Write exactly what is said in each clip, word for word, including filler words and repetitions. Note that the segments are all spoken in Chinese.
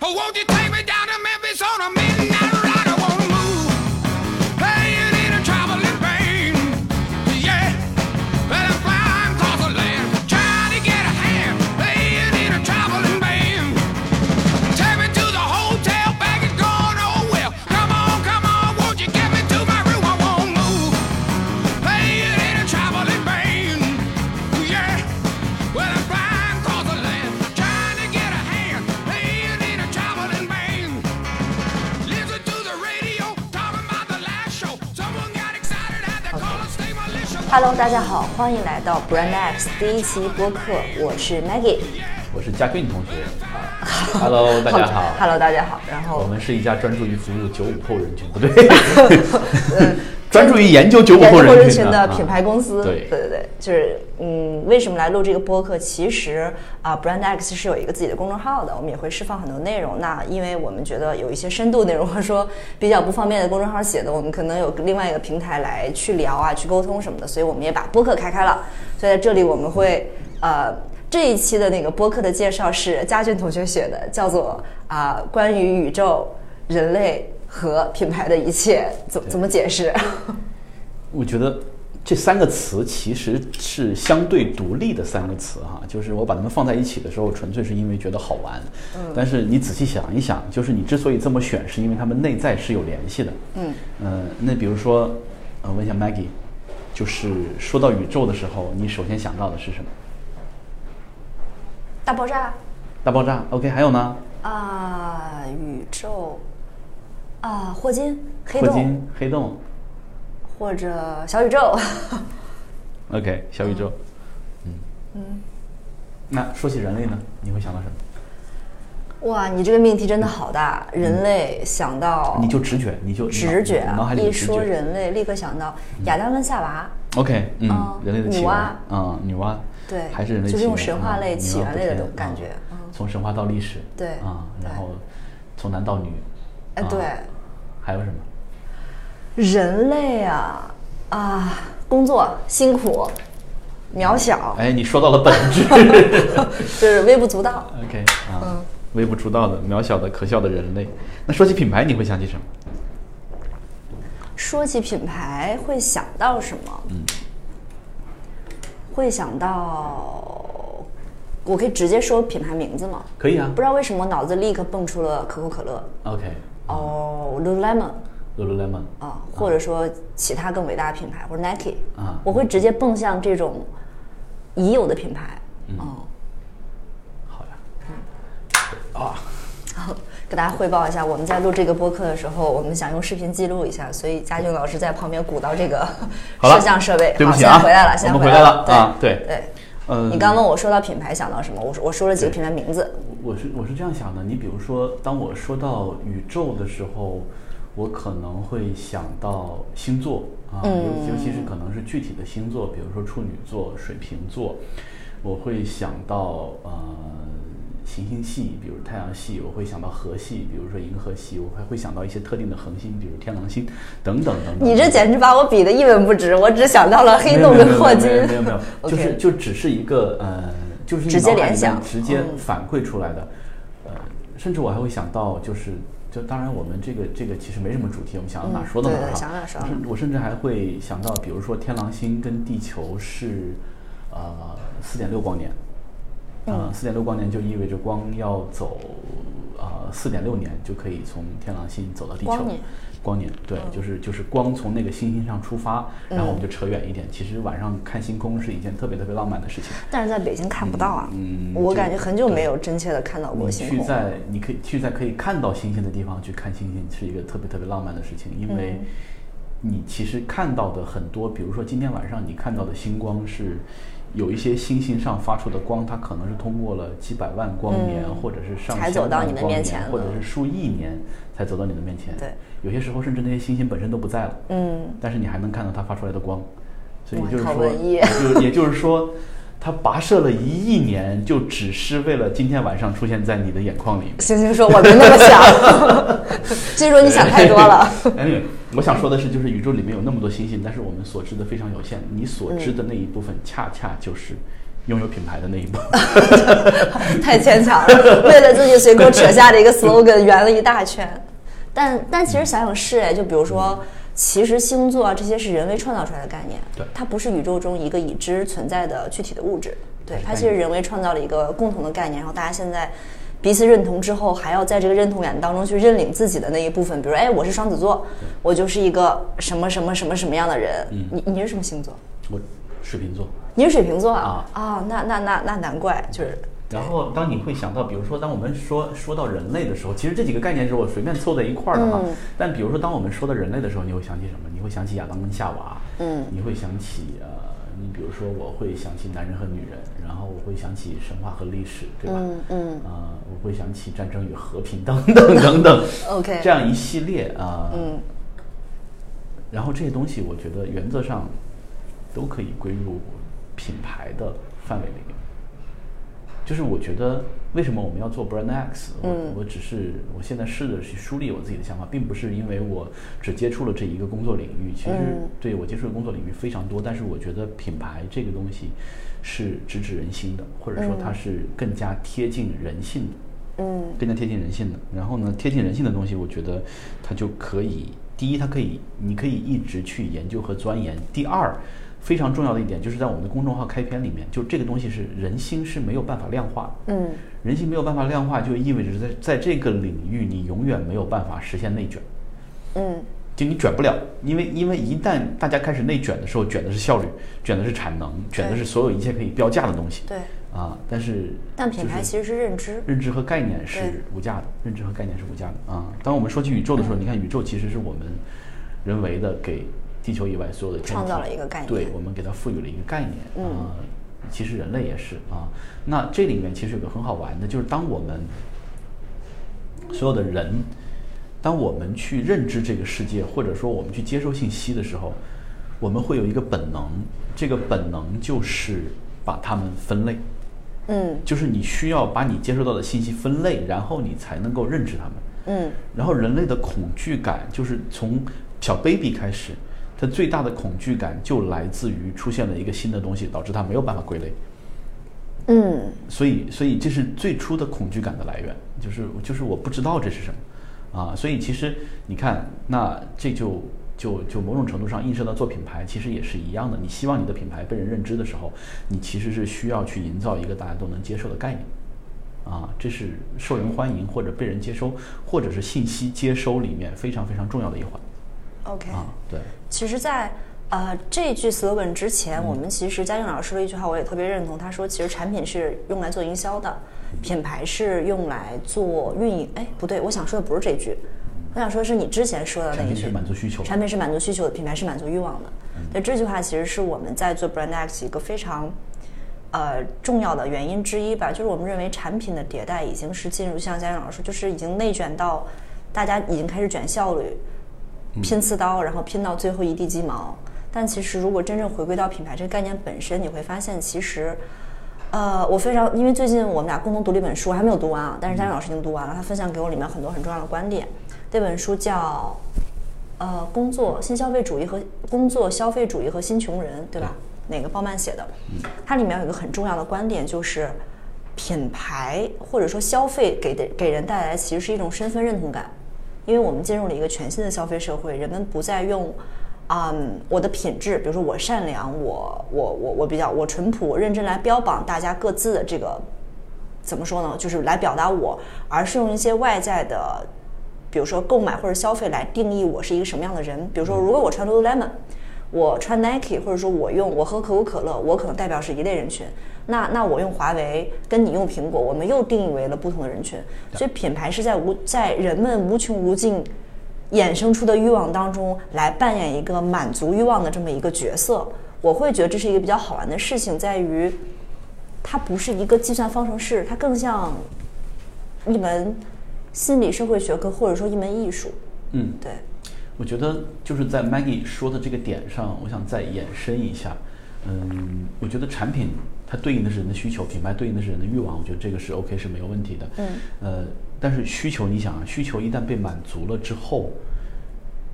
Won't you take me down to Memphis on a midnight ride? I wanna move, playing in a traveling band. Yeah, well I'm flying across the land, trying to get a hand, playing in a traveling band. Take me to the hotel, bag is going oh well. Come on, come on, won't you get me to my room? I wanna move, playing in a traveling band. Yeah, well I'm flying across the land, trying to get a hand, playing in a traveling band. Listen to the radio, talking about the last show. Someone got excited, had to call a state militia. Hello， 大家好，欢迎来到 Brand X 第一期播客，我是 Maggie。 我是佳俊同学。Hello， 大家好。 Hello， 大家好。然后我们是一家专注于服务九五后人群，不对，专注于研究九五后人群的品牌公司。 啊、对对对对，就是嗯，为什么来录这个播客？其实啊 ，Brand X 是有一个自己的公众号的，我们也会释放很多内容。那因为我们觉得有一些深度内容，或者说比较不方便的公众号写的，我们可能有另外一个平台来去聊啊，去沟通什么的，所以我们也把播客开开了。所以在这里我们会呃。这一期的那个播客的介绍是佳俊同学写的，叫做啊、呃、关于宇宙、人类和品牌的一切，怎怎么解释？ 我觉得这三个词其实是相对独立的三个词哈，就是我把它们放在一起的时候，纯粹是因为觉得好玩。嗯，但是你仔细想一想，就是你之所以这么选，是因为它们内在是有联系的。嗯，呃，那比如说，呃，问一下 Maggie， 就是说到宇宙的时候，你首先想到的是什么？ 大爆炸， 大爆炸 ，OK， 还有呢？ 啊、呃，宇宙，啊、呃，霍金，黑洞， 霍金，黑洞， 或者小宇宙。 OK， 小宇宙，嗯嗯。那说起人类呢，你会想到什么？ 哇，你这个命题真的好大！人类想到、 嗯、你就直觉，你就直觉啊！ 脑海里一说人类，立刻想到亚当跟夏娃。 OK， 嗯，嗯人类的起源， 女娲， 嗯，女娲。 对， 还是人类就是用神话类、起源类的感觉、 嗯，从神话到历史， 对啊、嗯，然后从男到女， 哎、嗯，对， 还有什么？ 人类啊啊，工作辛苦、渺小， 哎，你说到了本质， 就是微不足道。 OK， 啊、嗯，微不足道的、渺小的、可笑的人类。那说起品牌，你会想起什么？ 说起品牌，会想到什么？嗯。会想到，我可以直接说品牌名字吗？ 可以啊。 不知道为什么脑子立刻蹦出了可口可乐。 OK。 哦 ，Lululemon。Lululemon。啊，或者说其他更伟大的品牌，或者 Nike。啊。我会直接蹦向这种已有的品牌。 嗯。哦、好呀。 嗯。啊。给大家汇报一下，我们在录这个播客的时候，我们想用视频记录一下，所以佳俊老师在旁边鼓到这个摄像设备。 对不起啊， 现在回来了，现在回来了啊， 对对。呃，你刚问我说到品牌想到什么，我我说了几个品牌名字。 我是我是这样想的，你比如说，当我说到宇宙的时候，我可能会想到星座啊，嗯、尤尤其是可能是具体的星座，比如说处女座、水瓶座，我会想到呃。行星系，比如太阳系，我会想到河系，比如说银河系，我还会想到一些特定的恒星，比如天狼星等等等等。 你这简直把我比得一文不值，我只想到了黑洞跟霍金。 没有没有，就是就只是一个呃，就是直接联想、 直接反馈出来的。呃，甚至我还会想到，就是就当然我们这个这个其实没什么主题，我们想到哪说到哪哈。 想哪说。 我甚至还会想到，比如说天狼星跟地球是呃四点六光年。呃，四点六光年就意味着光要走，呃，四点六年就可以从天狼星走到地球。 光年， 光年，对，嗯、就是就是光从那个星星上出发，然后我们就扯远一点。嗯、其实晚上看星空是一件特别特别浪漫的事情。 但是在北京看不到啊，嗯，我感觉很久没有真切的看到过星空。 你去在你可以去在可以看到星星的地方去看星星，是一个特别特别浪漫的事情，因为你其实看到的很多，比如说今天晚上你看到的星光是。有一些星星上发出的光，它可能是通过了几百万光年，嗯、或者是上千万光年，或者是数亿年才走到你的面前。 对， 有些时候甚至那些星星本身都不在了，嗯，但是你还能看到它发出来的光，所以就是说，也就也就是说，它跋涉了一亿年，就只是为了今天晚上出现在你的眼眶里。 星星说：“我没那么想。”所以说你想太多了。 anyway， 我想说的是，就是宇宙里面有那么多星星，但是我们所知的非常有限。你所知的那一部分，恰恰就是拥有品牌的那一步。 太牵强了，为了自己随口扯下的一个 slogan 圆了一大圈。但但其实想想是哎，就比如说，其实星座啊这些是人为创造出来的概念， 对， 它不是宇宙中一个已知存在的具体的物质，对，它其实人为创造了一个共同的概念，然后大家现在彼此认同之后，还要在这个认同感当中去认领自己的那一部分，比如哎，我是双子座，我就是一个什么什么什么什么样的人，嗯、你你是什么星座？ 我水瓶座。 你是水瓶座啊？ 啊， 啊那那那那难怪，就是。 然后，当你会想到，比如说，当我们说说到人类的时候，其实这几个概念是我随便凑在一块儿的哈。嗯、但比如说，当我们说到人类的时候，你会想起什么？你会想起亚当跟夏娃，嗯，你会想起呃，你比如说，我会想起男人和女人，然后我会想起神话和历史，对吧？嗯嗯。啊、呃，我会想起战争与和平等等等等。 OK。 这样一系列啊，呃、嗯。然后这些东西，我觉得原则上都可以归入品牌的范围里面。就是我觉得为什么我们要做 Brand X， 我、嗯、我只是我现在试着去梳理我自己的想法，并不是因为我只接触了这一个工作领域，其实对我接触的工作领域非常多，但是我觉得品牌这个东西是直指人心的，或者说它是更加贴近人性的，嗯，更加贴近人性的。然后呢，贴近人性的东西，我觉得它就可以，第一，它可以，你可以一直去研究和钻研；第二，非常重要的一点就是在我们的公众号开篇里面，就这个东西是人心是没有办法量化，嗯，人心没有办法量化，就意味着在在这个领域你永远没有办法实现内卷，嗯，就你卷不了，因为因为一旦大家开始内卷的时候，卷的是效率，卷的是产能，卷的是所有一切可以标价的东西， 对， 啊，但是但品牌其实是认知， 认知和概念是无价的，认知和概念是无价的啊。当我们说起宇宙的时候，嗯、你看宇宙其实是我们人为的给地球以外所有的天体创造了一个概念， 对，我们给它赋予了一个概念啊、嗯呃。其实人类也是啊。那这里面其实有个很好玩的，就是当我们所有的人，当我们去认知这个世界，或者说我们去接收信息的时候，我们会有一个本能，这个本能就是把它们分类。嗯，就是你需要把你接收到的信息分类，然后你才能够认知它们。嗯，然后人类的恐惧感就是从小 baby 开始。它最大的恐惧感就来自于出现了一个新的东西，导致它没有办法归类。嗯，所以，所以这是最初的恐惧感的来源，就是就是我不知道这是什么，啊，所以其实你看，那这就就就某种程度上映射到做品牌，其实也是一样的。你希望你的品牌被人认知的时候，你其实是需要去营造一个大家都能接受的概念，啊，这是受人欢迎或者被人接收，或者是信息接收里面非常非常重要的一环。 OK， 啊，对。 其实在，呃这句 slogan 之前，嗯、我们其实嘉靖老师说的一句话，我也特别认同。他说，其实产品是用来做营销的，品牌是用来做运营。哎，不对，我想说的不是这句，我想说的是你之前说的那一句。 产品是满足需求。 产品是满足需求的，品牌是满足欲望的。嗯、对，这句话其实是我们在做 Brand X 一个非常，呃重要的原因之一吧。就是我们认为产品的迭代已经是进入像嘉靖老师说，就是已经内卷到大家已经开始卷效率。拼刺刀，然后拼到最后一地鸡毛。但其实，如果真正回归到品牌这个概念本身，你会发现，其实，呃，我非常因为最近我们俩共同读了一本书，还没有读完啊，但是嘉靖老师已经读完了，他分享给我里面很多很重要的观点。这本书叫呃，工作新消费主义和工作消费主义和新穷人，对吧？哪个鲍曼写的？它里面有一个很重要的观点，就是品牌或者说消费给的给人带来的其实是一种身份认同感。因为我们进入了一个全新的消费社会，人们不再用，嗯，我的品质，比如说我善良，我我我我比较我淳朴，我认真来标榜大家各自的这个，怎么说呢？就是来表达我，而是用一些外在的，比如说购买或者消费来定义我是一个什么样的人。比如说，如果我穿 Lululemon， 我穿 Nike， 或者说我用我喝可口可乐，我可能代表是一类人群。那那我用华为跟你用苹果，我们又定义为了不同的人群。所以品牌是在无在人们无穷无尽衍生出的欲望当中来扮演一个满足欲望的这么一个角色。我会觉得这是一个比较好玩的事情，在于它不是一个计算方程式，它更像一门心理社会学科，或者说一门艺术。嗯，对。 我觉得就是在 Maggie 说的这个点上，我想再延伸一下。嗯，我觉得产品它对应的是人的需求，品牌对应的是人的欲望，我觉得这个是 OK 是没有问题的。嗯，呃，但是需求你想啊，需求一旦被满足了之后，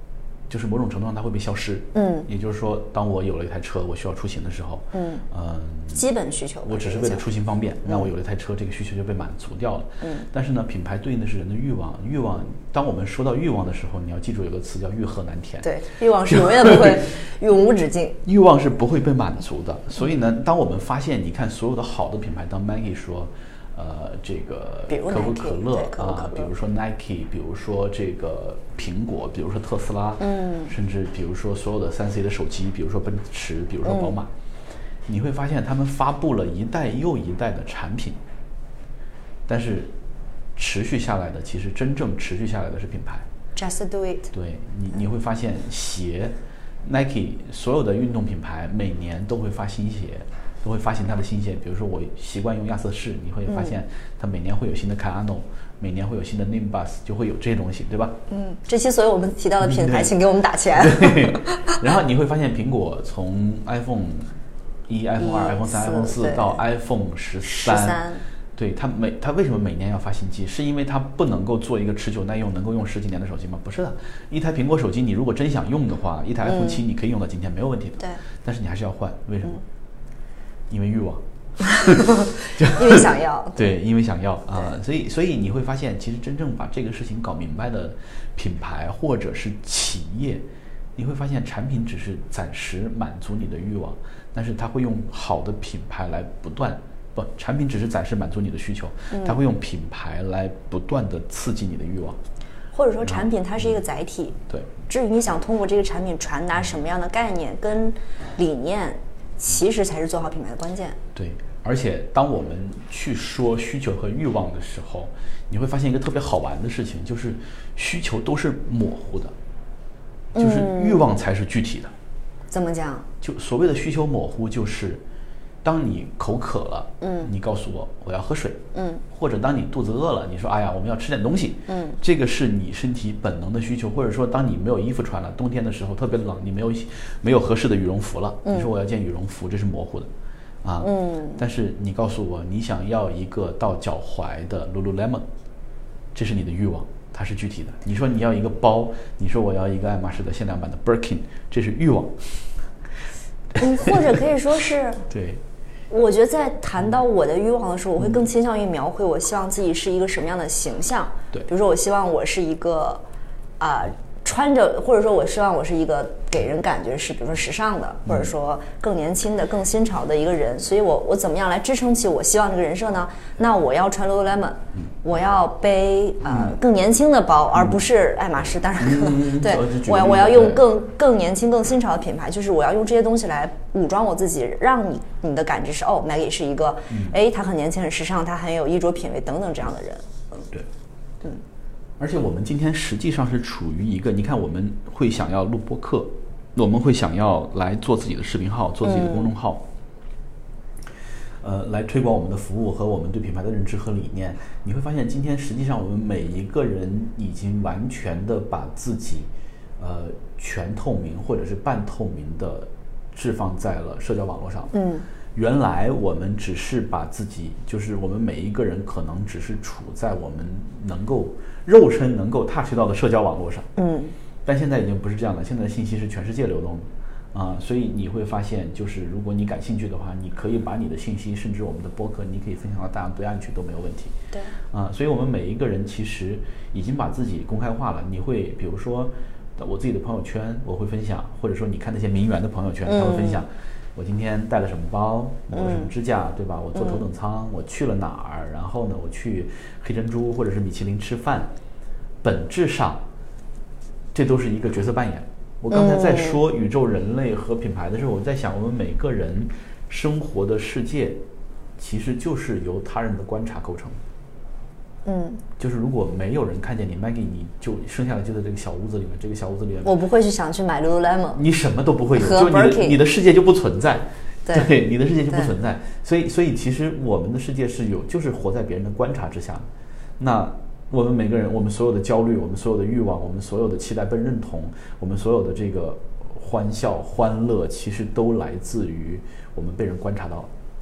就是某种程度上它会被消失。 嗯， 也就是说，当我有了一台车，我需要出行的时候， 嗯嗯， 基本需求， 我只是为了出行方便，那我有了一台车，这个需求就被满足掉了。 嗯， 但是呢，品牌对应的是人的欲望，欲望。当我们说到欲望的时候，你要记住有个词叫欲壑难填。 对，欲望是永远不会永无止境， 欲望是不会被满足的。所以呢，当我们发现，你看所有的好的品牌，当 Maggie 说。呃，这个可口可乐啊，比如说 Nike， 比如说这个苹果，比如说特斯拉， 嗯， 甚至比如说所有的三 C 的手机，比如说奔驰，比如说宝马，嗯、你会发现他们发布了一代又一代的产品，但是持续下来的，其实真正持续下来的是品牌。 Just do it。 对你，你会发现鞋 ，Nike 所有的运动品牌每年都会发新鞋。都会发行它的新鞋，比如说我习惯用亚瑟士，你会发现它每年会有新的 Kayano，、嗯、每年会有新的 Nimbus， 就会有这些东西，对吧？ 嗯，这期所有我们提到的品牌，请给我们打钱。 对。然后你会发现，苹果从 iPhone 一、iPhone 二、iPhone 三、iPhone 四到 iPhone 十三，对它每它为什么每年要发新机？是因为它不能够做一个持久耐用、能够用十几年的手机吗？不是的，一台苹果手机，你如果真想用的话，一台 iPhone 七你可以用到今天没有问题的。 对。 但是你还是要换，为什么？嗯，因为欲望， 因为想要， 对，因为想要啊、呃，所以所以你会发现，其实真正把这个事情搞明白的品牌或者是企业，你会发现产品只是暂时满足你的欲望，但是它会用好的品牌来不断不，产品只是暂时满足你的需求，它会用品牌来不断的刺激你的欲望。 或者说产品它是一个载体， 对。 至于你想通过这个产品传达什么样的概念跟理念，其实才是做好品牌的关键。 对，而且当我们去说需求和欲望的时候，你会发现一个特别好玩的事情，就是需求都是模糊的，就是欲望才是具体的。 嗯、怎么讲？ 就所谓的需求模糊，就是当你口渴了， 嗯， 你告诉我我要喝水， 嗯，或者当你肚子饿了，你说哎呀我们要吃点东西， 嗯， 这个是你身体本能的需求，或者说当你没有衣服穿了，冬天的时候特别冷，你没有没有合适的羽绒服了， 嗯、 你说我要件羽绒服，这是模糊的，啊， 嗯， 但是你告诉我你想要一个到脚踝的 Lululemon， 这是你的欲望，它是具体的。你说你要一个包，你说我要一个爱马仕的限量版的 Birkin， 这是欲望。 嗯，或者可以说是对。 我觉得在谈到我的欲望的时候，我会更倾向于描绘我希望自己是一个什么样的形象。 对， 比如说我希望我是一个啊、呃、穿着，或者说我希望我是一个给人感觉是比如说时尚的，或者说更年轻的、更新潮的一个人。所以我我怎么样来支撑起我希望这个人设呢？那我要穿 Lululemon，、嗯、我要背呃、嗯、更年轻的包，而不是爱马仕。当然，嗯、对，我要我要用更更年轻、更新潮的品牌，就是我要用这些东西来武装我自己，让你你的感知是哦 ，Maggie 是一个，哎、嗯，他很年轻、很时尚，他很有衣着品味等等这样的人。 嗯，对，嗯。而且我们今天实际上是处于一个，你看我们会想要录播客，我们会想要来做自己的视频号，做自己的公众号，嗯、呃，来推广我们的服务和我们对品牌的认知和理念。你会发现，今天实际上我们每一个人已经完全的把自己，呃，全透明或者是半透明的置放在了社交网络上。 嗯。 原来我们只是把自己，就是我们每一个人可能只是处在我们能够肉身能够 touch 到的社交网络上， 嗯， 但现在已经不是这样了。现在的信息是全世界流动的，啊、呃，所以你会发现，就是如果你感兴趣的话，你可以把你的信息，甚至我们的播客，你可以分享到大洋对岸去都没有问题。 对， 啊、呃，所以我们每一个人其实已经把自己公开化了。你会比如说我自己的朋友圈，我会分享，或者说你看那些名媛的朋友圈，他会分享。嗯，我今天带了什么包，抹了什么指甲，嗯、对吧？我坐头等舱，嗯、我去了哪儿？然后呢，我去黑珍珠或者是米其林吃饭。本质上，这都是一个角色扮演。我刚才在说宇宙、人类和品牌的时候，我在想，我们每个人生活的世界，其实就是由他人的观察构成的。 嗯， 就是如果没有人看见你 Maggie， 你就生下来就在这个小屋子里面，这个小屋子里面， 我不会去想去买 Lululemon， 你什么都不会有，就你的你的世界就不存在， 对， 对，你的世界就不存在。所以，所以其实我们的世界是有，就是活在别人的观察之下的。那我们每个人，我们所有的焦虑，我们所有的欲望，我们所有的期待被认同，我们所有的这个欢笑、欢乐，其实都来自于我们被人观察到了。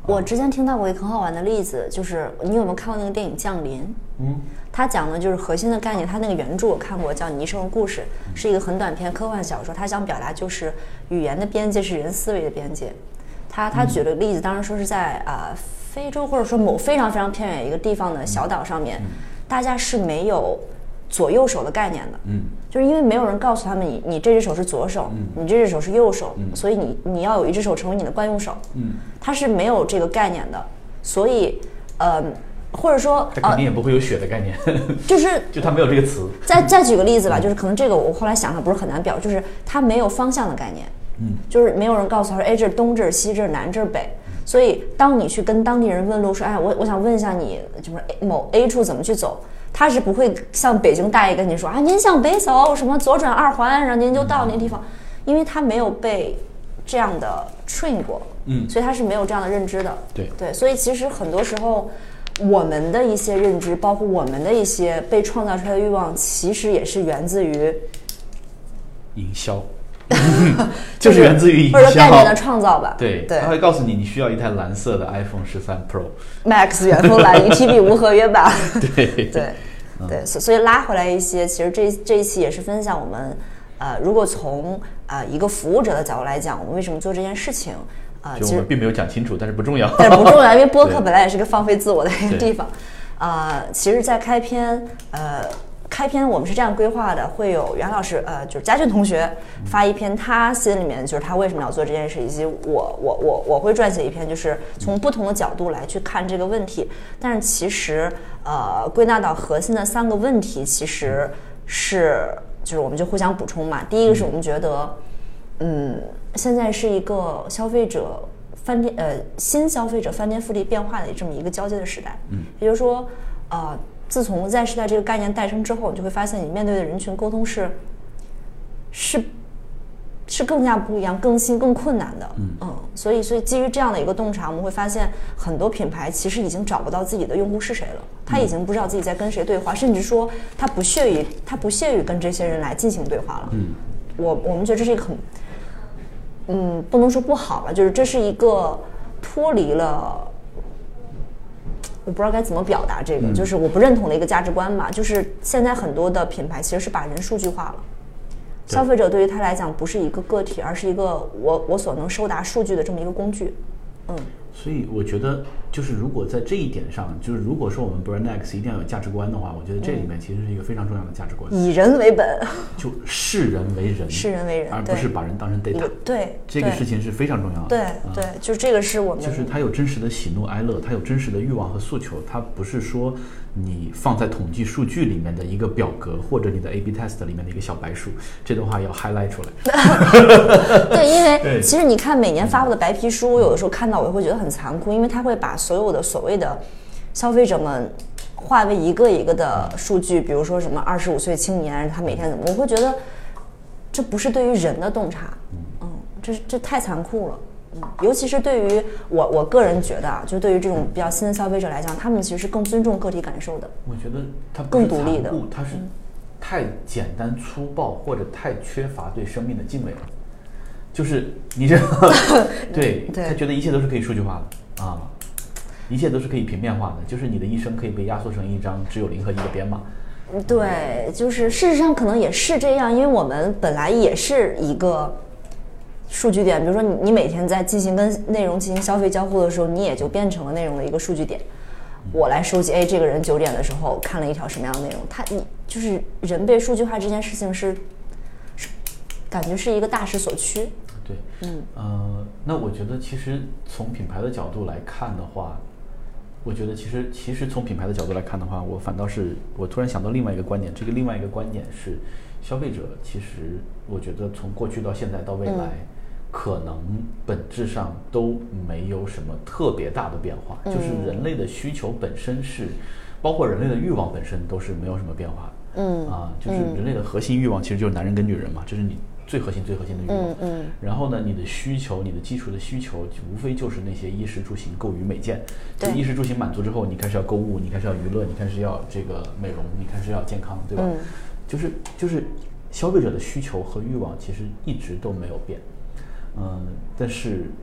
我之前听到过一个很好玩的例子，就是你有没有看过那个电影《降临》？ 嗯， 它讲的就是核心的概念，它那个原著我看过，叫《你一生的故事》，是一个很短篇科幻小说。它想表达就是语言的边界是人思维的边界。他他举了个例子，当然说是在啊、呃、非洲或者说某非常非常偏远一个地方的小岛上面，大家是没有左右手的概念的。嗯，就是因为没有人告诉他们你你这只手是左手，嗯、你这只手是右手，嗯、所以你你要有一只手成为你的惯用手。嗯，他是没有这个概念的，所以呃。或者说， 他肯定也不会有血的概念， 呃、就是就他没有这个词。 再再举个例子吧，就是可能这个我后来想想不是很难表，就是他没有方向的概念，嗯，就是没有人告诉他说，哎，这是东，这是西，这是南，这是北。所以当你去跟当地人问路说，哎，我我想问一下你，就是某 A 处怎么去走，他是不会像北京大爷跟你说啊，您向北走，什么左转二环，然后您就到那个地方，因为他没有被这样的 train 过，嗯，所以他是没有这样的认知的。 对对，所以其实很多时候。我们的一些认知，包括我们的一些被创造出来的欲望，其实也是源自于营销，就是源自于营销或者概念的创造吧。 对， 对， 他会告诉你，你需要一台蓝色的 iPhone 十三 Pro Max 远峰蓝一 T B 无合约版。 对对对，所以拉回来一些，其实这这一期也是分享我们，呃，如果从呃一个服务者的角度来讲，我们为什么做这件事情。 就我们并没有讲清楚，但是不重要。 但是不重要，因为播客本来也是个放飞自我的一个地方。呃，其实，在开篇，呃，开篇我们是这样规划的，会有袁老师，呃，就是嘉俊同学发一篇他心里面就是他为什么要做这件事，以及我我我我会撰写一篇，就是从不同的角度来去看这个问题。但是其实，呃，归纳到核心的三个问题，其实是就是我们就互相补充嘛。第一个是我们觉得，嗯。现在是一个消费者翻天呃新消费者翻天覆地变化的这么一个交接的时代，嗯，也就是说，呃，自从 Z 时代这个概念诞生之后，你就会发现你面对的人群沟通是是是更加不一样、更新、更困难的，嗯嗯，所以所以基于这样的一个洞察，我们会发现很多品牌其实已经找不到自己的用户是谁了，他已经不知道自己在跟谁对话，甚至说他不屑于他不屑于跟这些人来进行对话了，嗯，我我们觉得这是一个很。嗯，不能说不好吧，就是这是一个脱离了，我不知道该怎么表达这个，嗯、就是我不认同的一个价值观吧。就是现在很多的品牌其实是把人数据化了，消费者对于他来讲不是一个个体，而是一个我我所能收达数据的这么一个工具。嗯， 所以我觉得就是如果在这一点上，就是如果说我们 Brand X 一定要有价值观的话，我觉得这里面其实是一个非常重要的价值观， 以人为本， 就视人为人， 视人为人， 而不是把人当成 data。 对， 这个事情是非常重要的。 对对，嗯、就是这个是我们， 就是他有真实的喜怒哀乐，他有真实的欲望和诉求，他不是说你放在统计数据里面的一个表格，或者你的 A B test 里面的一个小白鼠，这的话要 highlight 出来。 对，因为其实你看每年发布的白皮书，我有的时候看到我也会觉得很残酷，因为他会把所有的所谓的消费者们划为一个一个的数据，比如说什么二十五岁青年他每天怎么，我会觉得这不是对于人的洞察，嗯，这这太残酷了。嗯，尤其是对于我我个人觉得啊，就对于这种比较新的消费者来讲，他们其实是更尊重个体感受的。 我觉得他更独立的， 他是太简单粗暴或者太缺乏对生命的敬畏了。就是你这对他觉得一切都是可以数据化的啊，一切都是可以平面化的，就是你的一生可以被压缩成一张只有零和一的编码。 对，就是事实上可能也是这样，因为我们本来也是一个数据点，比如说你你每天在进行跟内容进行消费交互的时候，你也就变成了内容的一个数据点。我来收集，哎，这个人九点的时候看了一条什么样的内容？他你就是人被数据化这件事情是，是感觉是一个大势所趋。 对，嗯，呃，那我觉得其实从品牌的角度来看的话，我觉得其实其实从品牌的角度来看的话，我反倒是我突然想到另外一个观点，这个另外一个观点是，消费者其实我觉得从过去到现在到未来。嗯，可能本质上都没有什么特别大的变化，嗯、就是人类的需求本身是，包括人类的欲望本身都是没有什么变化的。嗯啊，就是人类的核心欲望其实就是男人跟女人嘛，这是你最核心最核心的欲望。嗯嗯。然后呢，你的需求，你的基础的需求，无非就是那些衣食住行、购娱美健。就衣食住行满足之后，你开始要购物，你开始要娱乐，你开始要这个美容，你开始要健康，对吧？嗯、就是就是消费者的需求和欲望其实一直都没有变。嗯，但是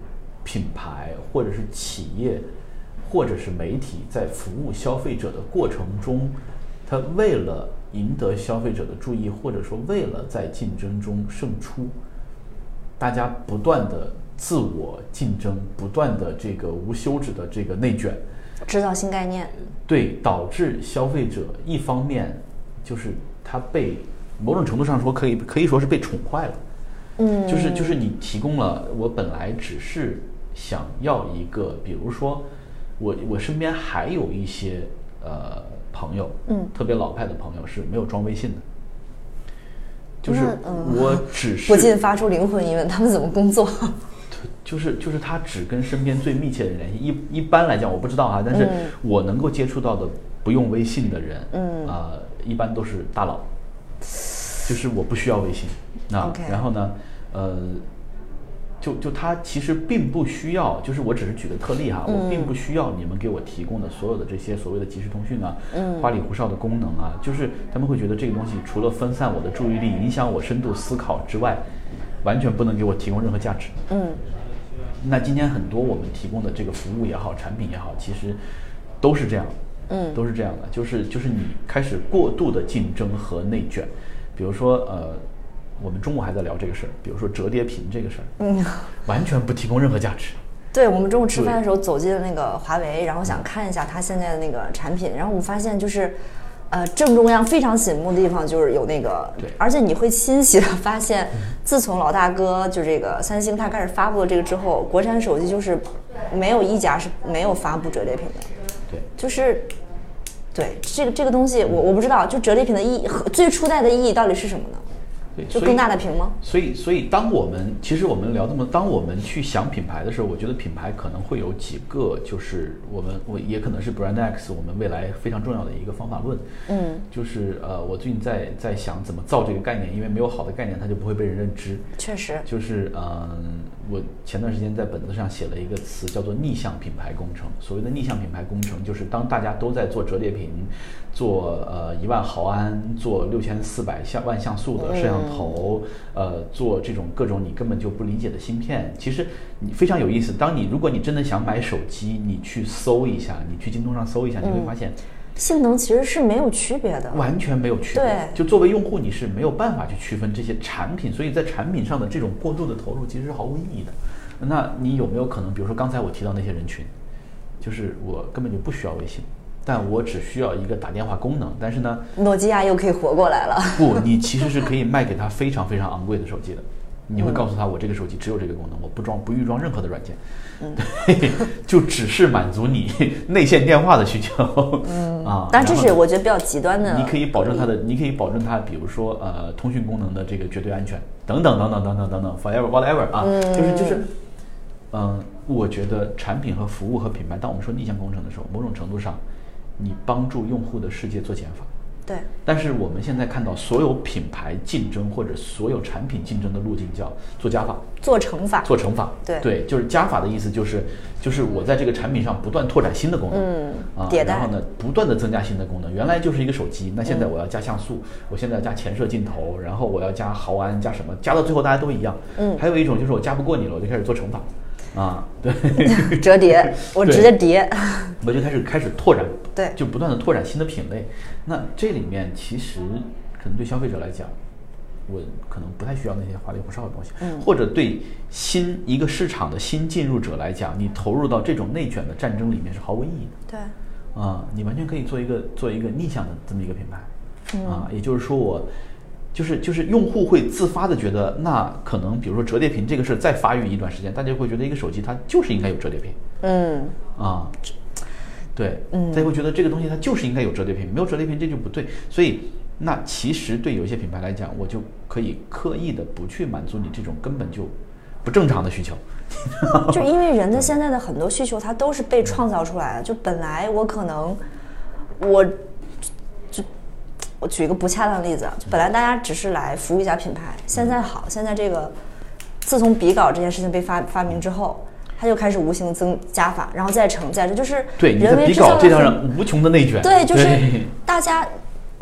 品牌或者是企业或者是媒体在服务消费者的过程中，他为了赢得消费者的注意，或者说为了在竞争中胜出，大家不断的自我竞争，不断的这个无休止的这个内卷， 制造新概念， 对，导致消费者一方面就是他被某种程度上说可以可以说是被宠坏了，嗯，就是就是你提供了我本来只是想要一个，比如说我我身边还有一些呃朋友，嗯，特别老派的朋友是没有装微信的。就是我只是、 嗯、不禁发出灵魂疑问，他们怎么工作？ 就是就是他只跟身边最密切的人联系。一一般来讲我不知道啊，但是我能够接触到的不用微信的人，嗯，呃，一般都是大佬，就是我不需要微信啊。Okay. 然后呢，呃，就就他其实并不需要，就是我只是举个特例哈，嗯、我并不需要你们给我提供的所有的这些所谓的即时通讯啊，嗯，花里胡哨的功能啊，就是他们会觉得这个东西除了分散我的注意力、影响我深度思考之外，完全不能给我提供任何价值。嗯，那今天很多我们提供的这个服务也好，产品也好，其实都是这样，嗯，都是这样的，就是就是你开始过度的竞争和内卷，比如说呃。我们中午还在聊这个事儿，比如说折叠屏这个事儿，嗯，完全不提供任何价值。 对，我们中午吃饭的时候走进了那个华为，然后想看一下它现在的那个产品，然后我们发现就是，呃，正中央非常醒目的地方就是有那个， 对， 而且你会欣喜的发现，自从老大哥就这个三星它开始发布了这个之后，国产手机就是没有一家是没有发布折叠屏的， 对， 就是。对，这个这个东西我我不知道，就折叠屏的意义和最初代的意义到底是什么呢？ 对， 就更大的屏吗？ 所以，所以当我们其实我们聊这么，当我们去想品牌的时候，我觉得品牌可能会有几个，就是我们我也可能是 Brand X 我们未来非常重要的一个方法论。嗯，就是呃，我最近在在想怎么造这个概念，因为没有好的概念，它就不会被人认知。 确实， 就是嗯、呃，我前段时间在本子上写了一个词，叫做逆向品牌工程。所谓的逆向品牌工程，就是当大家都在做折叠屏，做呃一万毫安，做六千四百像万像素的摄像头，呃，做这种各种你根本就不理解的芯片，其实你非常有意思。当你如果你真的想买手机，你去搜一下，你去京东上搜一下，你会发现，嗯、 性能其实是没有区别的， 完全没有区别。 对， 就作为用户，你是没有办法去区分这些产品，所以在产品上的这种过度的投入其实是毫无意义的。那你有没有可能，比如说刚才我提到那些人群，就是我根本就不需要微信。但我只需要一个打电话功能，但是呢， 诺基亚又可以活过来了。 不，你其实是可以卖给他非常非常昂贵的手机的。你会告诉他，我这个手机只有这个功能，我不装不预装任何的软件，嗯，对，就只是满足你内线电话的需求。嗯啊， 但这是我觉得比较极端的。 你可以保证它的，你可以保证它，比如说呃通讯功能的这个绝对安全，等等等等等等等等 ，forever whatever 啊，嗯、就是就是，嗯、呃，我觉得产品和服务和品牌，当我们说逆向工程的时候，某种程度上。你帮助用户的世界做减法， 对。 但是我们现在看到所有品牌竞争或者所有产品竞争的路径叫做加法， 做乘法， 做乘法。 对对，就是加法的意思就是就是我在这个产品上不断拓展新的功能， 嗯啊， 迭代， 然后呢不断的增加新的功能。原来就是一个手机，那现在我要加像素，嗯、我现在要加前摄镜头，然后我要加毫安，加什么，加到最后大家都一样。嗯。还有一种就是我加不过你了，我就开始做乘法。啊，对， 折叠，我直接叠， 我就开始开始拓展， 对， 就不断的拓展新的品类。那这里面其实可能对消费者来讲，我可能不太需要那些花里胡哨的东西，嗯，或者对新一个市场的新进入者来讲，你投入到这种内卷的战争里面是毫无意义的， 对， 啊，你完全可以做一个做一个逆向的这么一个品牌，嗯、啊，也就是说我。就是就是用户会自发的觉得，那可能比如说折叠屏这个事再发育一段时间，大家会觉得一个手机它就是应该有折叠屏， 嗯啊，对， 嗯， 大家会觉得这个东西它就是应该有折叠屏，没有折叠屏这就不对。所以那其实对有些品牌来讲，我就可以刻意的不去满足你这种根本就不正常的需求， 就因为人的现在的很多需求它都是被创造出来的，就本来我可能我。我举一个不恰当的例子，本来大家只是来服务一家品牌，现在好，现在这个自从比稿这件事情被发发明之后，它就开始无形增加法，然后再乘再这就是对你在比稿这条上无穷的内卷， 对，就是大家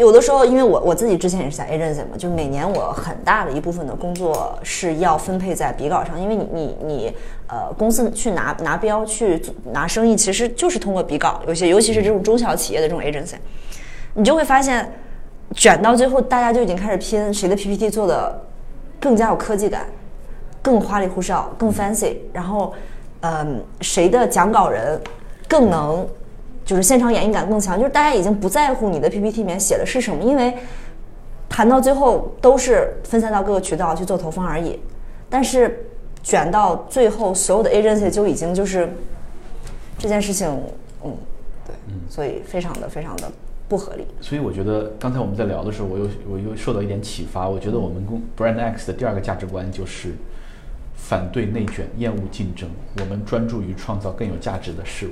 有的时候，因为我我自己之前也是在 agency 嘛，就是每年我很大的一部分的工作是要分配在比稿上，因为你你你呃公司去拿拿标去拿生意，其实就是通过比稿，有些尤其是这种中小企业的这种 agency， 你就会发现卷到最后，大家就已经开始拼谁的 P P T 做的更加有科技感，更花里胡哨，更 fancy， 然后嗯、呃、谁的讲稿人更能。就是现场演绎感更强，就是大家已经不在乎你的 P P T 里面写的是什么，因为谈到最后都是分散到各个渠道去做投放而已。但是卷到最后，所有的 agency 就已经就是这件事情，嗯，对，嗯，所以非常的非常的不合理。 所以我觉得刚才我们在聊的时候，我又我又受到一点启发。我觉得我们公 Brand X 的第二个价值观就是反对内卷，厌恶竞争，我们专注于创造更有价值的事物。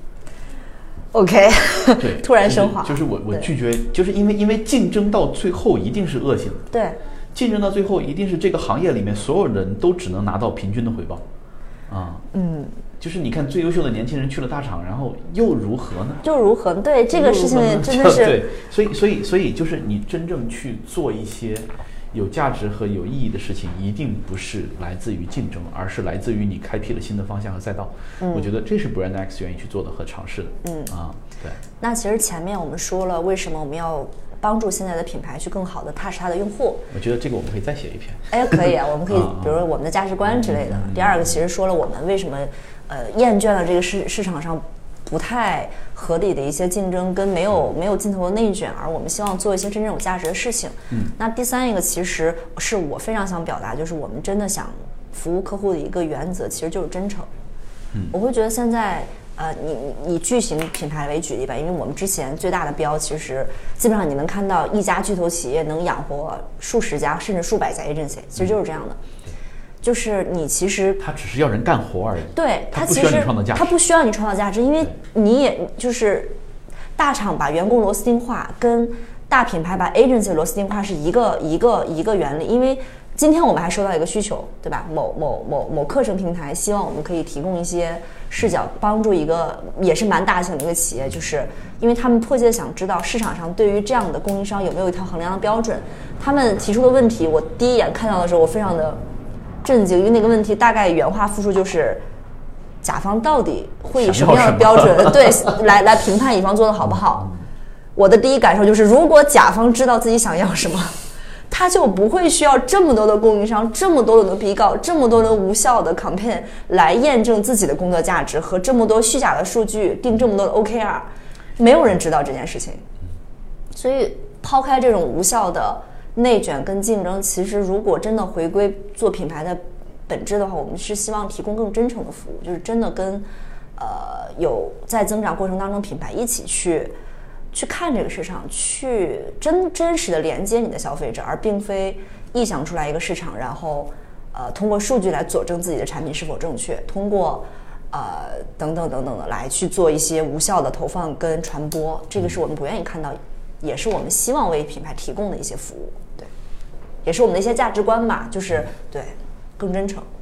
OK， 对， 突然升华， 就是、就是我我拒绝，就是因为因为竞争到最后一定是恶性的， 对， 竞争到最后一定是这个行业里面所有人都只能拿到平均的回报，啊，嗯，就是你看最优秀的年轻人去了大厂，然后又如何呢？ 又如何？对这个事情真的是， 对，所以所以所以就是你真正去做一些有价值和有意义的事情，一定不是来自于竞争，而是来自于你开辟了新的方向和赛道。嗯，我觉得这是 Brand X 愿意去做的和尝试的。嗯啊，对。 那其实前面我们说了，为什么我们要帮助现在的品牌去更好的踏实它的用户？ 我觉得这个我们可以再写一篇。 哎，可以啊，我们可以，比如我们的价值观之类的。第二个其实说了我们为什么呃厌倦了这个市市场上不太合理的一些竞争跟没有没有尽头的内卷，而我们希望做一些真正有价值的事情。嗯，那第三一个其实是我非常想表达，就是我们真的想服务客户的一个原则，其实就是真诚。嗯，我会觉得现在呃，你你以巨型品牌为举例吧，因为我们之前最大的标，其实基本上你能看到一家巨头企业能养活数十家甚至数百家 agency， 其实就是这样的。嗯，就是你其实他只是要人干活而已， 对， 他不需要你创造价值， 他不需要你创造价值，因为你也就是大厂把员工螺丝钉化，跟大品牌把 agency 螺丝钉化是一个一个一个原理。因为今天我们还收到一个需求，对吧？某某某某课程平台希望我们可以提供一些视角，帮助一个也是蛮大型的一个企业，就是因为他们迫切的想知道市场上对于这样的供应商有没有一套衡量的标准。他们提出的问题，我第一眼看到的时候，我非常的震惊，因为那个问题大概原话复述就是：甲方到底会以什么样的标准对来来评判乙方做的好不好？我的第一感受就是，如果甲方知道自己想要什么，他就不会需要这么多的供应商、这么多轮的比稿、这么多轮无效的 campaign 来验证自己的工作价值和这么多虚假的数据定这么多的 O K R， 没有人知道这件事情。所以抛开这种无效的内卷跟竞争，其实如果真的回归做品牌的本质的话，我们是希望提供更真诚的服务，就是真的跟呃有在增长过程当中品牌一起去去看这个市场，去真真实的连接你的消费者，而并非臆想出来一个市场，然后呃通过数据来佐证自己的产品是否正确，通过呃等等等等的来去做一些无效的投放跟传播，这个是我们不愿意看到，也是我们希望为品牌提供的一些服务，对，也是我们的一些价值观吧，就是对更真诚。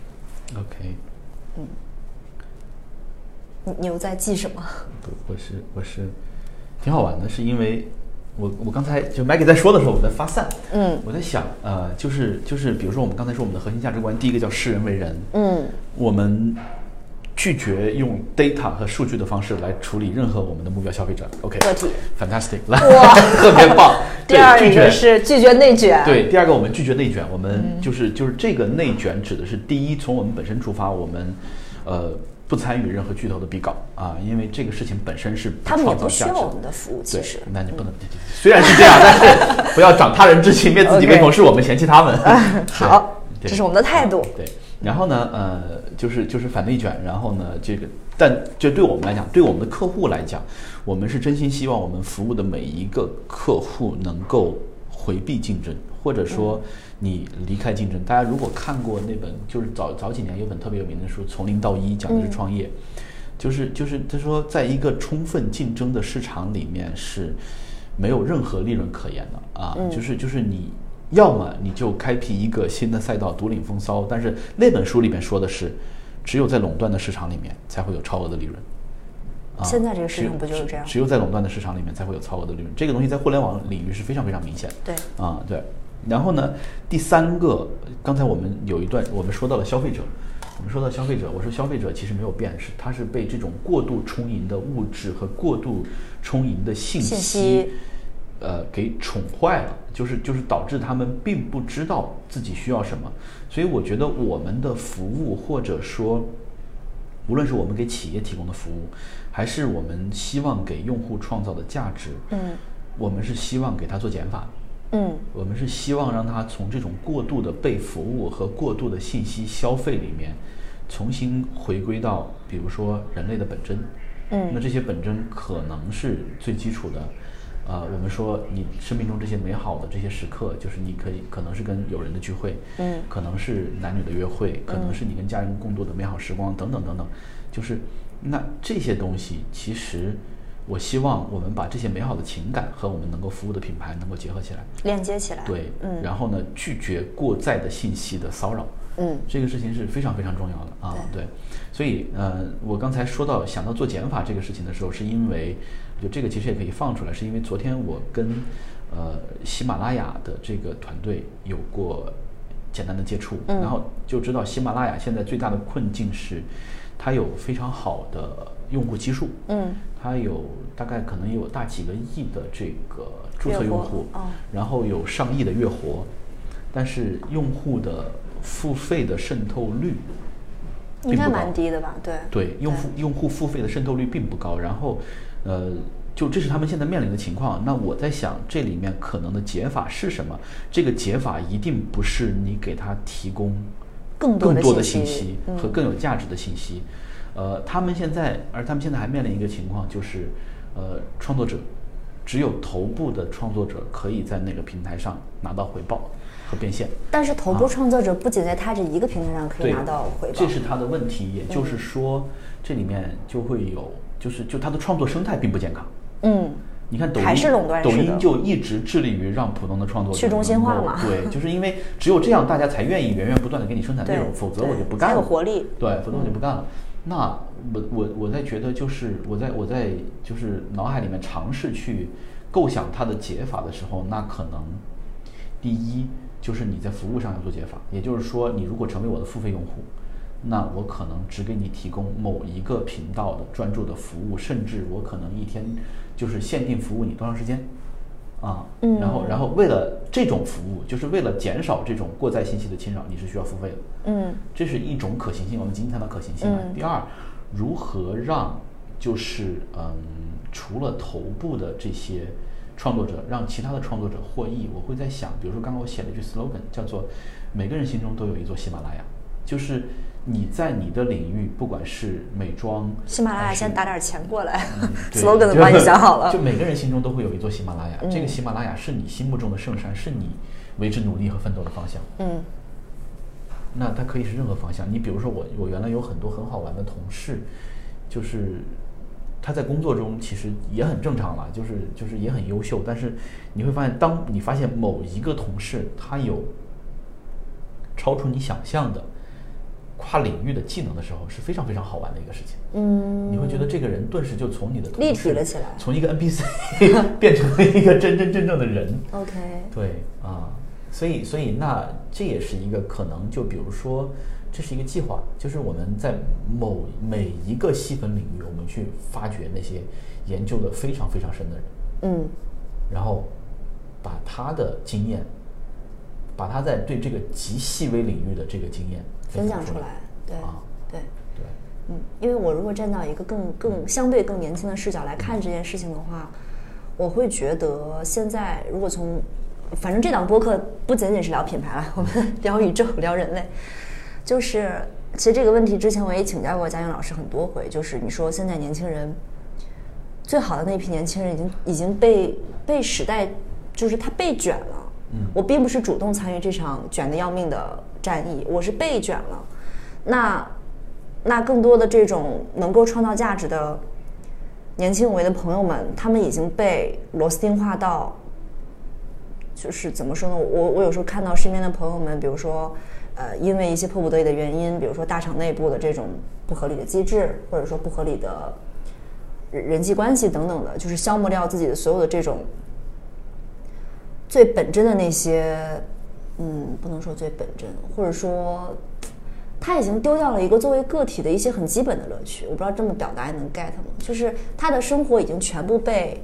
OK， 嗯，你你有在记什么？ 不，我是我是挺好玩的，是因为我我刚才就 Maggie 在说的时候，我在发散，嗯，我在想，呃，就是就是比如说我们刚才说我们的核心价值观，第一个叫视人为人，嗯，我们拒绝用 data 和数据的方式来处理任何我们的目标消费者。OK， 个体 ，fantastic， 来，哇，特别棒。 第二一个是拒绝内卷， 对，第二个我们拒绝内卷，我们就是、嗯、就是这个内卷指的是第一，从我们本身出发，我们呃不参与任何巨头的比稿啊，因为这个事情本身是不他们也不需要我们的服务，其实， 那你不能、嗯，虽然是这样，但是不要长他人之气，灭自己威风， okay. 是我们嫌弃他们。 好，这是我们的态度。 对。然后呢，呃，就是就是反内卷，然后呢，这个，但就对我们来讲，对我们的客户来讲，我们是真心希望我们服务的每一个客户能够回避竞争，或者说你离开竞争。大家如果看过那本，就是早早几年有本特别有名的书《从零到一》，讲的是创业，嗯、就是就是他说，在一个充分竞争的市场里面是没有任何利润可言的啊，嗯、就是就是你。要么你就开辟一个新的赛道，独领风骚。但是那本书里面说的是，只有在垄断的市场里面才会有超额的利润。 啊， 现在这个市场不就是这样？ 只有在垄断的市场里面才会有超额的利润，这个东西在互联网领域是非常非常明显。 对， 啊，对。然后呢，第三个，刚才我们有一段我们说到了消费者，我们说到消费者，我说消费者其实没有变，是他是被这种过度充盈的物质和过度充盈的信息， 信息呃，给宠坏了，就是就是导致他们并不知道自己需要什么。所以我觉得我们的服务，或者说无论是我们给企业提供的服务，还是我们希望给用户创造的价值， 嗯， 我们是希望给他做减法， 嗯， 我们是希望让他从这种过度的被服务和过度的信息消费里面，重新回归到比如说人类的本真， 嗯， 那这些本真可能是最基础的。呃，我们说你生命中这些美好的这些时刻，就是你可以可能是跟友人的聚会， 嗯， 可能是男女的约会，可能是你跟家人共度的美好时光，等等等等，就是那这些东西，其实我希望我们把这些美好的情感和我们能够服务的品牌能够结合起来， 链接起来， 对， 嗯， 然后呢，拒绝过载的信息的骚扰， 嗯， 这个事情是非常非常重要的啊，对，所以呃，我刚才说到想到做减法这个事情的时候，是因为就这个其实也可以放出来，是因为昨天我跟呃喜马拉雅的这个团队有过简单的接触， 嗯， 然后就知道喜马拉雅现在最大的困境是，它有非常好的用户基数， 嗯， 它有大概可能有大几个亿的这个注册用户， 哦， 然后有上亿的月活，但是用户的付费的渗透率应该蛮低的吧？对， 对，用户用户付费的渗透率并不高，然后，呃，就这是他们现在面临的情况。那我在想，这里面可能的解法是什么？这个解法一定不是你给他提供更多多的信息和嗯、 更有价值的信息。呃，他们现在，而他们现在还面临一个情况，就是呃，创作者只有头部的创作者可以在那个平台上拿到回报和变现。 但是头部创作者不仅在他这一个平台上可以拿到回报， 这是他的问题。也就是说，嗯、这里面就会有，就是就他的创作生态并不健康。 嗯， 你看抖音， 还是垄断式的， 抖音就一直致力于让普通的创作者去中心化嘛。 对，就是因为只有这样，大家才愿意源源不断的给你生产内容，否则我就不干了。 才有活力。 对，否则我就不干了。嗯、那我我我在觉得，就是我在我在就是脑海里面尝试去构想它的解法的时候，那可能第一就是你在服务上要做解法，也就是说，你如果成为我的付费用户，那我可能只给你提供某一个频道的专注的服务，甚至我可能一天就是限定服务你多长时间，啊， 嗯， 然后然后为了这种服务，就是为了减少这种过载信息的侵扰，你是需要付费的， 嗯， 这是一种可行性，我们今天谈到可行性了。 嗯、 第二，如何让就是嗯，除了头部的这些创作者，让其他的创作者获益，我会在想，比如说刚刚我写了一句 slogan， 叫做每个人心中都有一座喜马拉雅，就是你在你的领域，不管是美妆， 喜马拉雅先打点钱过来， 嗯、 slogan 都帮你想好了。 就每个人心中都会有一座喜马拉雅， 嗯、 这个喜马拉雅是你心目中的圣山，是你为之努力和奋斗的方向。 嗯， 那它可以是任何方向。你比如说我，我原来有很多很好玩的同事，就是他在工作中其实也很正常了，就是就是也很优秀，但是你会发现，当你发现某一个同事他有超出你想象的跨领域的技能的时候，是非常非常好玩的一个事情。 嗯， 你会觉得这个人顿时就从你的同事立体了起来， 从一个 N P C 变成了一个真真正正的人。 OK， 对啊，所以所以那这也是一个可能，就比如说这是一个计划，就是我们在某每一个细分领域，我们去发掘那些研究的非常非常深的人， 嗯， 然后把他的经验，把他在对这个极细微领域的这个经验分享出来，对， 啊， 对对， 嗯，因为我如果站到一个更更相对更年轻的视角来看这件事情的话，我会觉得现在如果从，反正这档播客不仅仅是聊品牌了，我们聊宇宙，聊人类，就是其实这个问题之前我也请教过嘉颖老师很多回，就是你说现在年轻人最好的那批年轻人已经已经被被时代，就是他被卷了。 嗯， 我并不是主动参与这场卷得要命的战役，我是被卷了。那那更多的这种能够创造价值的年轻有为的朋友们，他们已经被螺丝钉化到，就是怎么说呢？我我有时候看到身边的朋友们，比如说，呃，因为一些迫不得已的原因，比如说大厂内部的这种不合理的机制，或者说不合理的人际关系等等的，就是消磨掉自己的所有的这种最本真的那些，嗯，不能说最本真，或者说他已经丢掉了一个作为个体的一些很基本的乐趣。我不知道这么表达你能 get 吗？就是他的生活已经全部被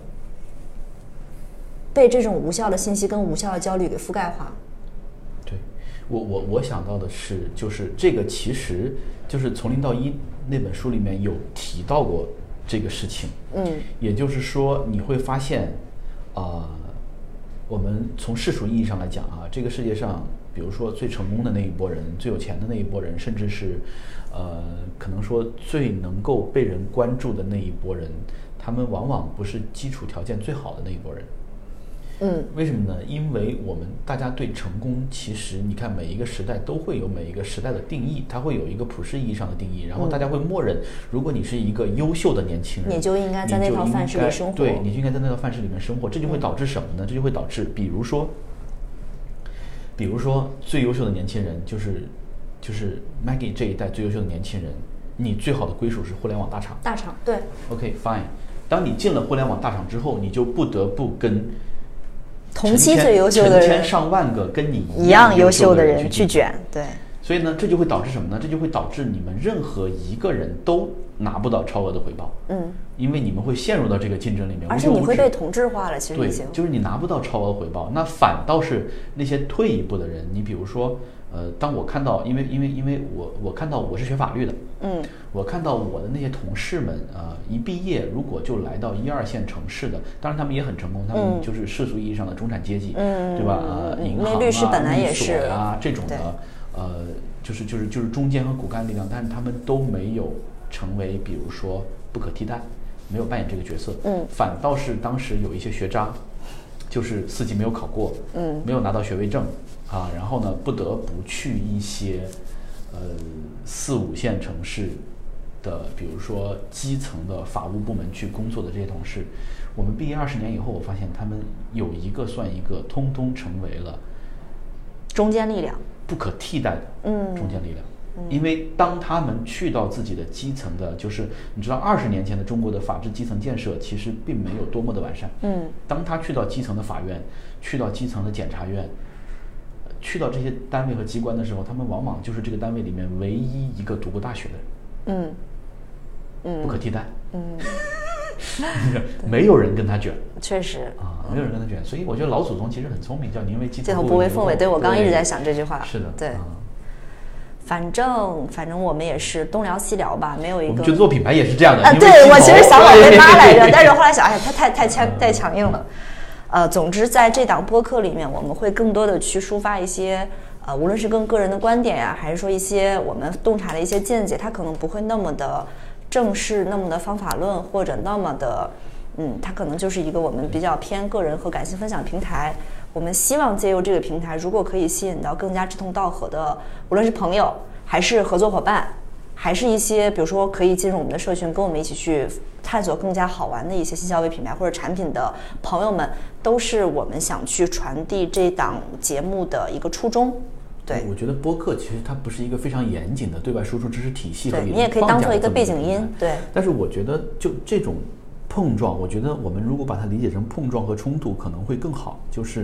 被这种无效的信息跟无效的焦虑给覆盖化了。 对，我我我想到的是，就是这个其实就是从零到一那本书里面有提到过这个事情。嗯，也就是说你会发现，啊、呃，我们从世俗意义上来讲啊，这个世界上，比如说最成功的那一波人，最有钱的那一波人，甚至是，呃，可能说最能够被人关注的那一波人，他们往往不是基础条件最好的那一波人。嗯，为什么呢？因为我们大家对成功，其实你看每一个时代都会有每一个时代的定义，它会有一个普世意义上的定义，然后大家会默认，如果你是一个优秀的年轻人， 你就应该在那套范式里生活， 对，你就应该在那套范式里面生活，这就会导致什么呢？这就会导致，比如说，比如说最优秀的年轻人，就是就是 Maggie 这一代最优秀的年轻人，你最好的归属是互联网大厂， 大厂，对 ，OK fine， 当你进了互联网大厂之后，你就不得不跟同期最优秀的人， 成千上万个跟你一样优秀的人去卷，对。 所以呢，这就会导致什么呢？这就会导致你们任何一个人都拿不到超额的回报。嗯，因为你们会陷入到这个竞争里面， 而且你会被同质化了。其实已经对，就是你拿不到超额回报，那反倒是那些退一步的人，你比如说，呃，当我看到，因为因为因为我我看到我是学法律的，嗯，我看到我的那些同事们啊、呃，一毕业如果就来到一二线城市的，当然他们也很成功，他们就是世俗意义上的中产阶级，嗯，对吧？啊、呃，银行啊、 律师本来也是啊这种的。呃，就是就是就是中坚和骨干力量，但是他们都没有成为，比如说不可替代，没有扮演这个角色。嗯，反倒是当时有一些学渣，就是四级没有考过，嗯，没有拿到学位证啊，然后呢，不得不去一些呃四五线城市的，比如说基层的法务部门去工作的这些同事，我们毕业二十年以后，我发现他们有一个算一个，通通成为了中坚力量。 不可替代的中坚力量，嗯，因为当他们去到自己的基层的，就是你知道，二十年前的中国的法治基层建设其实并没有多么的完善。嗯，当他去到基层的法院，去到基层的检察院，去到这些单位和机关的时候，他们往往就是这个单位里面唯一一个读过大学的人。嗯，嗯，不可替代。嗯。没有人跟他卷， 确实啊，没有人跟他卷，所以我觉得老祖宗其实很聪明，叫宁为鸡头不为凤尾。对，我刚刚一直在想这句话。 是的， 对。 啊、 反正反正我们也是东聊西聊吧，没有一个。 我们觉得做品牌也是这样的。 啊，对，我其实想往回拉来着，但是后来想，哎呀，他太太强太强硬了。呃，总之在这档播客里面，我们会更多的去抒发一些。呃，无论是更个人的观点呀，还是说一些我们洞察的一些见解，它可能不会那么的正式，那么的方法论，或者那么的，嗯，它可能就是一个我们比较偏个人和感性分享平台。我们希望借由这个平台，如果可以吸引到更加志同道合的，无论是朋友，还是合作伙伴，还是一些比如说可以进入我们的社群，跟我们一起去探索更加好玩的一些新消费品牌或者产品的朋友们，都是我们想去传递这档节目的一个初衷。对， 我觉得播客其实它不是一个非常严谨的对外输出知识体系和理论， 你也可以当做一个背景音。对， 但是我觉得就这种碰撞，我觉得我们如果把它理解成碰撞和冲突，可能会更好。就是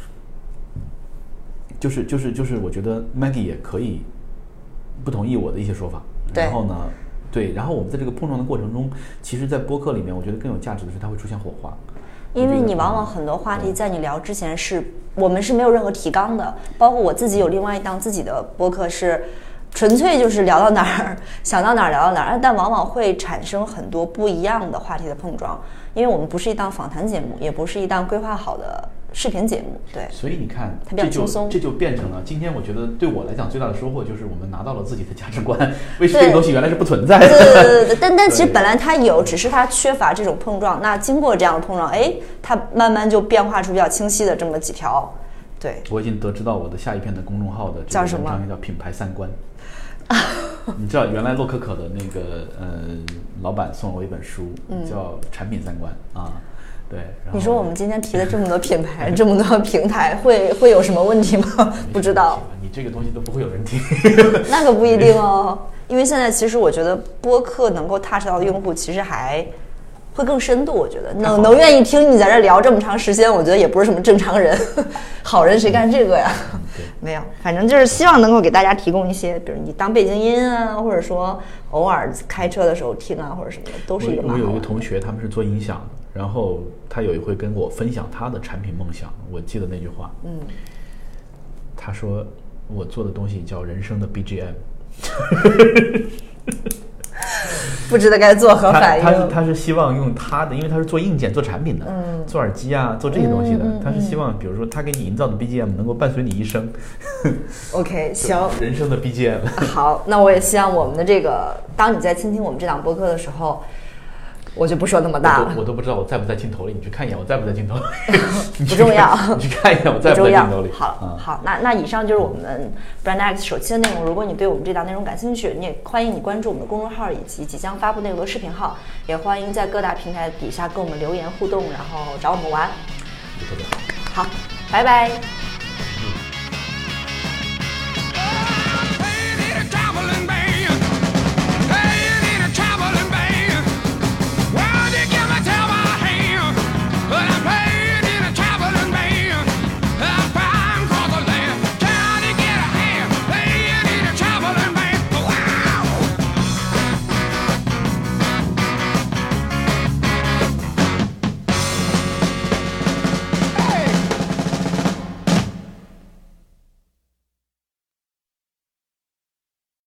就是就是就是，我觉得 Maggie 也可以不同意我的一些说法，然后呢，对，然后我们在这个碰撞的过程中，其实，在播客里面，我觉得更有价值的是它会出现火花。 因为你往往很多话题在你聊之前是我们是没有任何提纲的，包括我自己有另外一档自己的播客是纯粹就是聊到哪儿想到哪儿聊到哪儿，但往往会产生很多不一样的话题的碰撞，因为我们不是一档访谈节目，也不是一档规划好的视频节目。对， 所以你看它比较轻松， 这就变成了今天我觉得对我来讲最大的收获就是我们拿到了自己的价值观，为这个东西原来是不存在的。 对对对对，但但其实本来它有，只是它缺乏这种碰撞。那经过这样的碰撞，哎，它慢慢就变化出比较清晰的这么几条。对， 我已经得知到我的下一篇的公众号的这个叫什么？ 叫品牌三观。你知道原来洛可可的那个呃老板送了我一本书，嗯、叫产品三观啊。对， 你说我们今天提了这么多品牌，这么多平台，会会有什么问题吗？不知道。 你这个东西都不会有人听。 那可不一定哦，因为现在其实我觉得播客能够 touch 到的用户其实还会更深度。我觉得能能愿意听你在这聊这么长时间，我觉得也不是什么正常人，好人谁干这个呀？没有，反正就是希望能够给大家提供一些，比如你当背景音啊，或者说偶尔开车的时候听啊，或者什么的，都是一个蛮好玩的。 我有一个同学，他们是做音响的，然后他有一回跟我分享他的产品梦想，我记得那句话，嗯，他说我做的东西叫人生的 B G M。 不知道该作何反应。 他他是他是希望用他的，因为他是做硬件、做产品的，嗯，做耳机啊，做这些东西的。嗯嗯嗯、他是希望，比如说他给你营造的 B G M 能够伴随你一生。 OK， 行， 人生的 B G M。 好，那我也希望我们的这个，当你在倾听我们这档播客的时候。我就不说那么大了， 我 都, 我都不知道我在不在镜头里，你去看一眼我在不在镜头里， 不重要， 你去看一眼我在不在镜头里。 好，嗯、好，那那以上就是我们 Brand X 首期的内容。如果你对我们这档内容感兴趣，你也欢迎你关注我们的公众号以及即将发布内容的视频号，也欢迎在各大平台底下跟我们留言互动，然后找我们玩。 特别好， 好，拜拜。